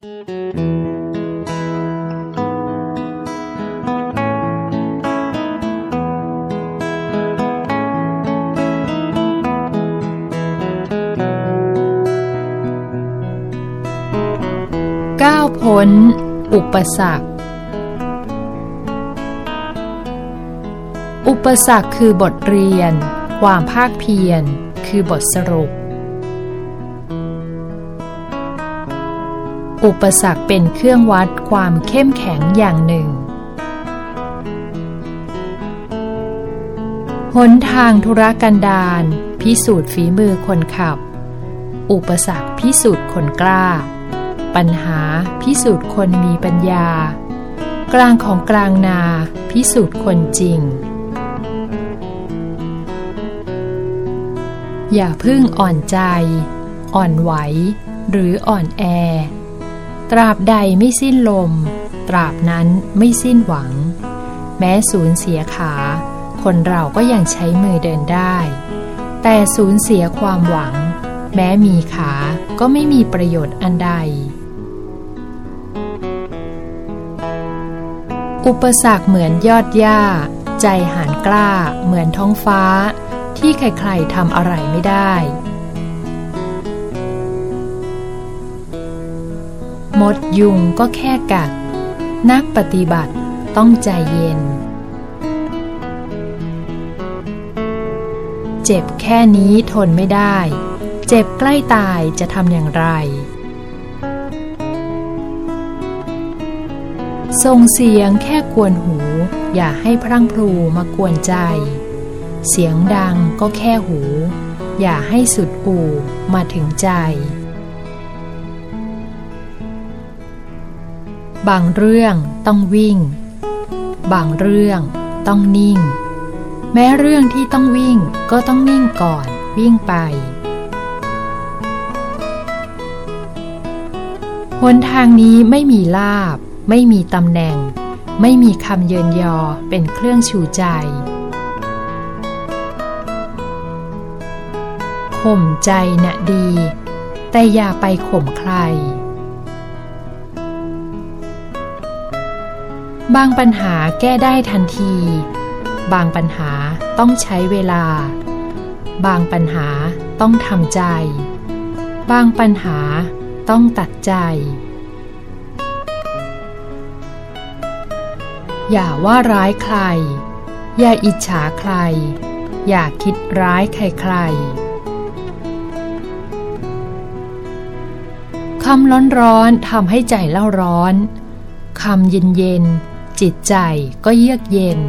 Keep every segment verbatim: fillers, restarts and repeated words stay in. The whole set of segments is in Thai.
ก้าวพ้นอุปสรรคอุปสรรคคือบทเรียนความภาคเพียรคือบทสรุปอุปสรรคเป็นเครื่องวัดความเข้มแข็งอย่างหนึ่งหนทางธุรกันดารพิสูจน์ฝีมือคนขับอุปสรรคพิสูจน์คนกล้าปัญหาพิสูจน์คนมีปัญญากลางของกลางนาพิสูจน์คนจริงอย่าพึ่งอ่อนใจอ่อนไหวหรืออ่อนแอตราบใดไม่สิ้นลมตราบนั้นไม่สิ้นหวังแม้สูญเสียขาคนเราก็ยังใช้มือเดินได้แต่สูญเสียความหวังแม้มีขาก็ไม่มีประโยชน์อันใดอุปสรรคเหมือนยอดหญ้าใจหาญกล้าเหมือนท้องฟ้าที่ใครๆทำอะไรไม่ได้มดยุงก็แค่กัดนักปฏิบัติต้องใจเย็นเจ็บแค่นี้ทนไม่ได้เจ็บใกล้ตายจะทำอย่างไรส่งเสียงแค่กวนหูอย่าให้พรั่งพรูมากวนใจเสียงดังก็แค่หูอย่าให้สุดอู่มาถึงใจบางเรื่องต้องวิ่งบางเรื่องต้องนิ่งแม้เรื่องที่ต้องวิ่งก็ต้องนิ่งก่อนวิ่งไปหนทางนี้ไม่มีลาภไม่มีตำแหน่งไม่มีคำเยินยอเป็นเครื่องชูใจข่มใจน่ะดีแต่อย่าไปข่มใครบางปัญหาแก้ได้ทันทีบางปัญหาต้องใช้เวลาบางปัญหาต้องทำใจบางปัญหาต้องตัดใจอย่าว่าร้ายใครอย่าอิจฉาใครอย่าคิดร้ายใครๆคำร้อนๆทำให้ใจเล่าร้อนคำเย็นๆจิตใจก็เยือกเย็น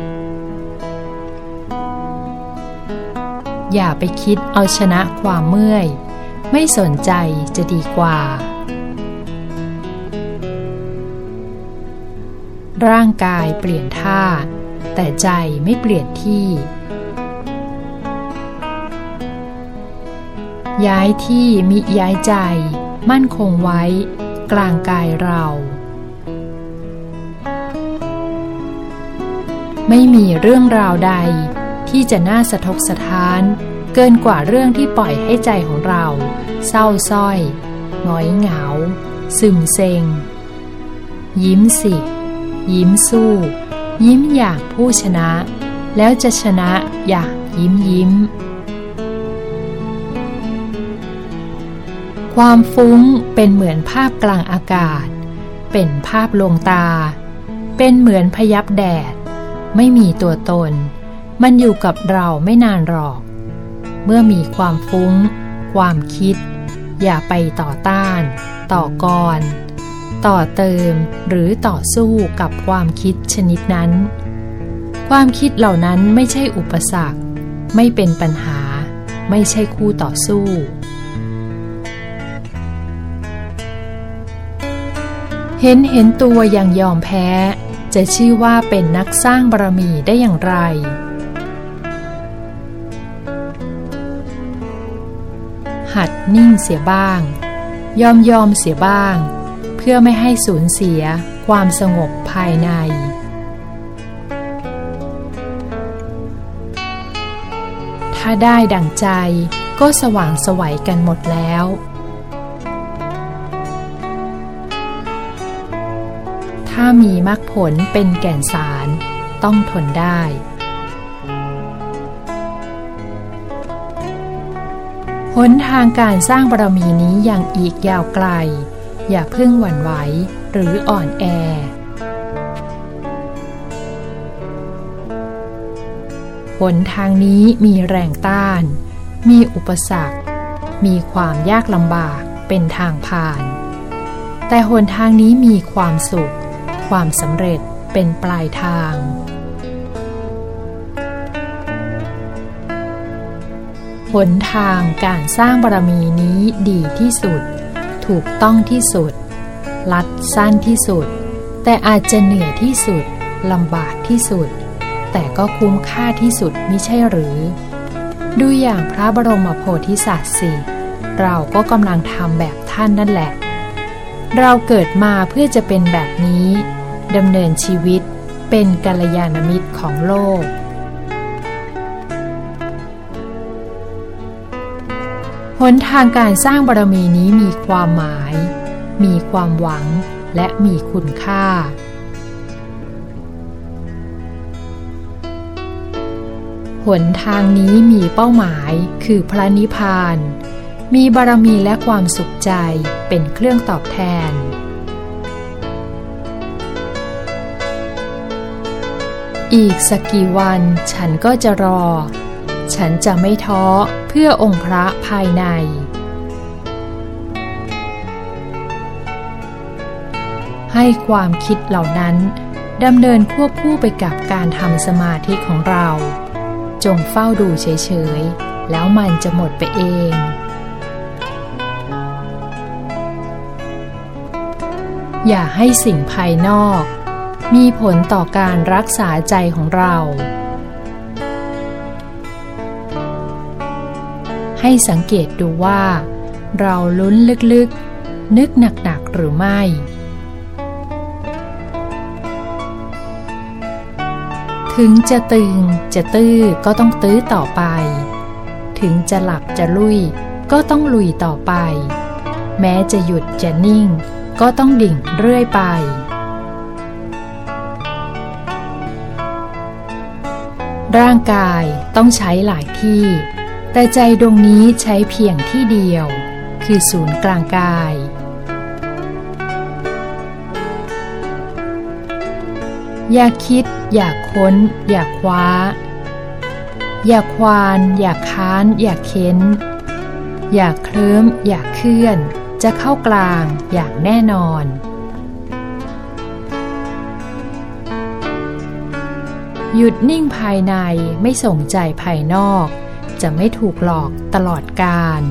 อย่าไปคิดเอาชนะความเมื่อยไม่สนใจจะดีกว่าร่างกายเปลี่ยนท่าแต่ใจไม่เปลี่ยนที่ย้ายที่มิย้ายใจมั่นคงไว้กลางกายเราไม่มีเรื่องราวใดที่จะน่าสะทกสะท้านเกินกว่าเรื่องที่ปล่อยให้ใจของเราเศร้าส้อยหงอยเหงาซึมเซ็งยิ้มสิยิ้มสู้ยิ้มอย่างผู้ชนะแล้วจะชนะอย่างยิ้มยิ้มความฟุ้งเป็นเหมือนภาพกลางอากาศเป็นภาพลวงตาเป็นเหมือนพยับแดดไม่มีตัวตนมันอยู่กับเราไม่นานหรอกเมื่อมีความฟุ้งความคิดอย่าไปต่อต้านต่อกรต่อเติมหรือต่อสู้กับความคิดชนิดนั้นความคิดเหล่านั้นไม่ใช่อุปสรรคไม่เป็นปัญหาไม่ใช่คู่ต่อสู้เห็นเห็นตัวอย่างยอมแพ้จะชื่อว่าเป็นนักสร้างบารมีได้อย่างไรหัดนิ่งเสียบ้างยอมยอมเสียบ้างเพื่อไม่ให้สูญเสียความสงบภายในถ้าได้ดั่งใจก็สว่างไสวกันหมดแล้วถ้ามีมรรคผลเป็นแก่นสารต้องทนได้หนทางการสร้างบารมีนี้ยังอีกยาวไกลอย่าเพิ่งหวั่นไหวหรืออ่อนแอหนทางนี้มีแรงต้านมีอุปสรรคมีความยากลำบากเป็นทางผ่านแต่หนทางนี้มีความสุขความสำเร็จเป็นปลายทางหนทางการสร้างบารมีนี้ดีที่สุดถูกต้องที่สุดลัดสั้นที่สุดแต่อาจจะเหนื่อยที่สุดลำบากที่สุดแต่ก็คุ้มค่าที่สุดมิใช่หรือดูอย่างพระบรมโพธิสัตว์สิเราก็กำลังทำแบบท่านนั่นแหละเราเกิดมาเพื่อจะเป็นแบบนี้ดำเนินชีวิตเป็นกัลยาณมิตรของโลกหนทางการสร้างบารมีนี้มีความหมายมีความหวังและมีคุณค่าหนทางนี้มีเป้าหมายคือพระนิพพานมีบารมีและความสุขใจเป็นเครื่องตอบแทนอีกสักกี่วันฉันก็จะรอฉันจะไม่ท้อเพื่อองค์พระภายในให้ความคิดเหล่านั้นดำเนินควบคู่ไปกับการทำสมาธิของเราจงเฝ้าดูเฉยๆแล้วมันจะหมดไปเองอย่าให้สิ่งภายนอกมีผลต่อการรักษาใจของเราให้สังเกตดูว่าเราลุ้นลึกๆนึกหนักๆหรือไม่ถึงจะตึงจะตื้อก็ต้องตื้อต่อไปถึงจะหลับจะลุยก็ต้องลุยต่อไปแม้จะหยุดจะนิ่งก็ต้องดิ่งเรื่อยไปร่างกายต้องใช้หลายที่แต่ใจดวงนี้ใช้เพียงที่เดียวคือศูนย์กลางกายอย่าคิดอย่าค้นอย่าคว้าอย่าควานอย่าค้านอย่าเค้นอย่าเคลิ้มอย่าเคลื่อนจะเข้ากลางอย่างแน่นอนหยุดนิ่งภายในไม่ส่งใจภายนอกจะไม่ถูกหลอกตลอดกาล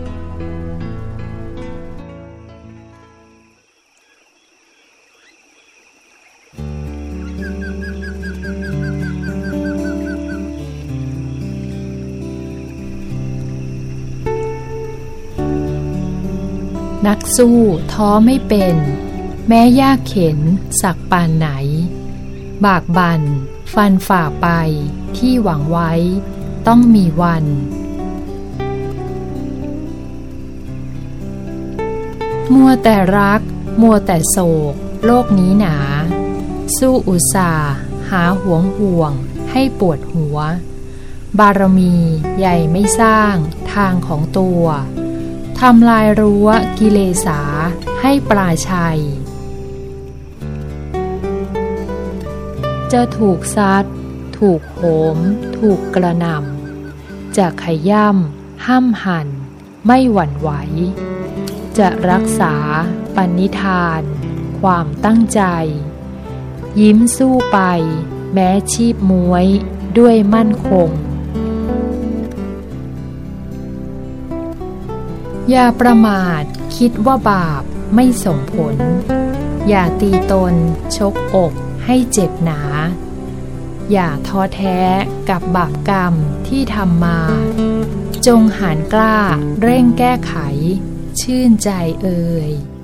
นักสู้ท้อไม่เป็นแม้ยากเข็นสักปานไหนบากบั่นฟันฝ่าไปที่หวังไว้ต้องมีวันมัวแต่รักมัวแต่โศกโลกนี้หนาสู้อุตส่าห์หาหวงห่วงให้ปวดหัวบารมีใหญ่ไม่สร้างทางของตัวทำลายรั้วกิเลสาให้ปลาชัยจะถูกซัดถูกโหมถูกกระหน่ำจะขย่ำห้ำหั่นไม่หวั่นไหวจะรักษาปณิธานความตั้งใจยิ้มสู้ไปแม้ชีพม้วยด้วยมั่นคงอย่าประมาทคิดว่าบาปไม่ส่งผลอย่าตีตนชกอกให้เจ็บหนาอย่าท้อแท้กับบาปกรรมที่ทำมาจงหาญกล้าเร่งแก้ไขชื่นใจเอ่ย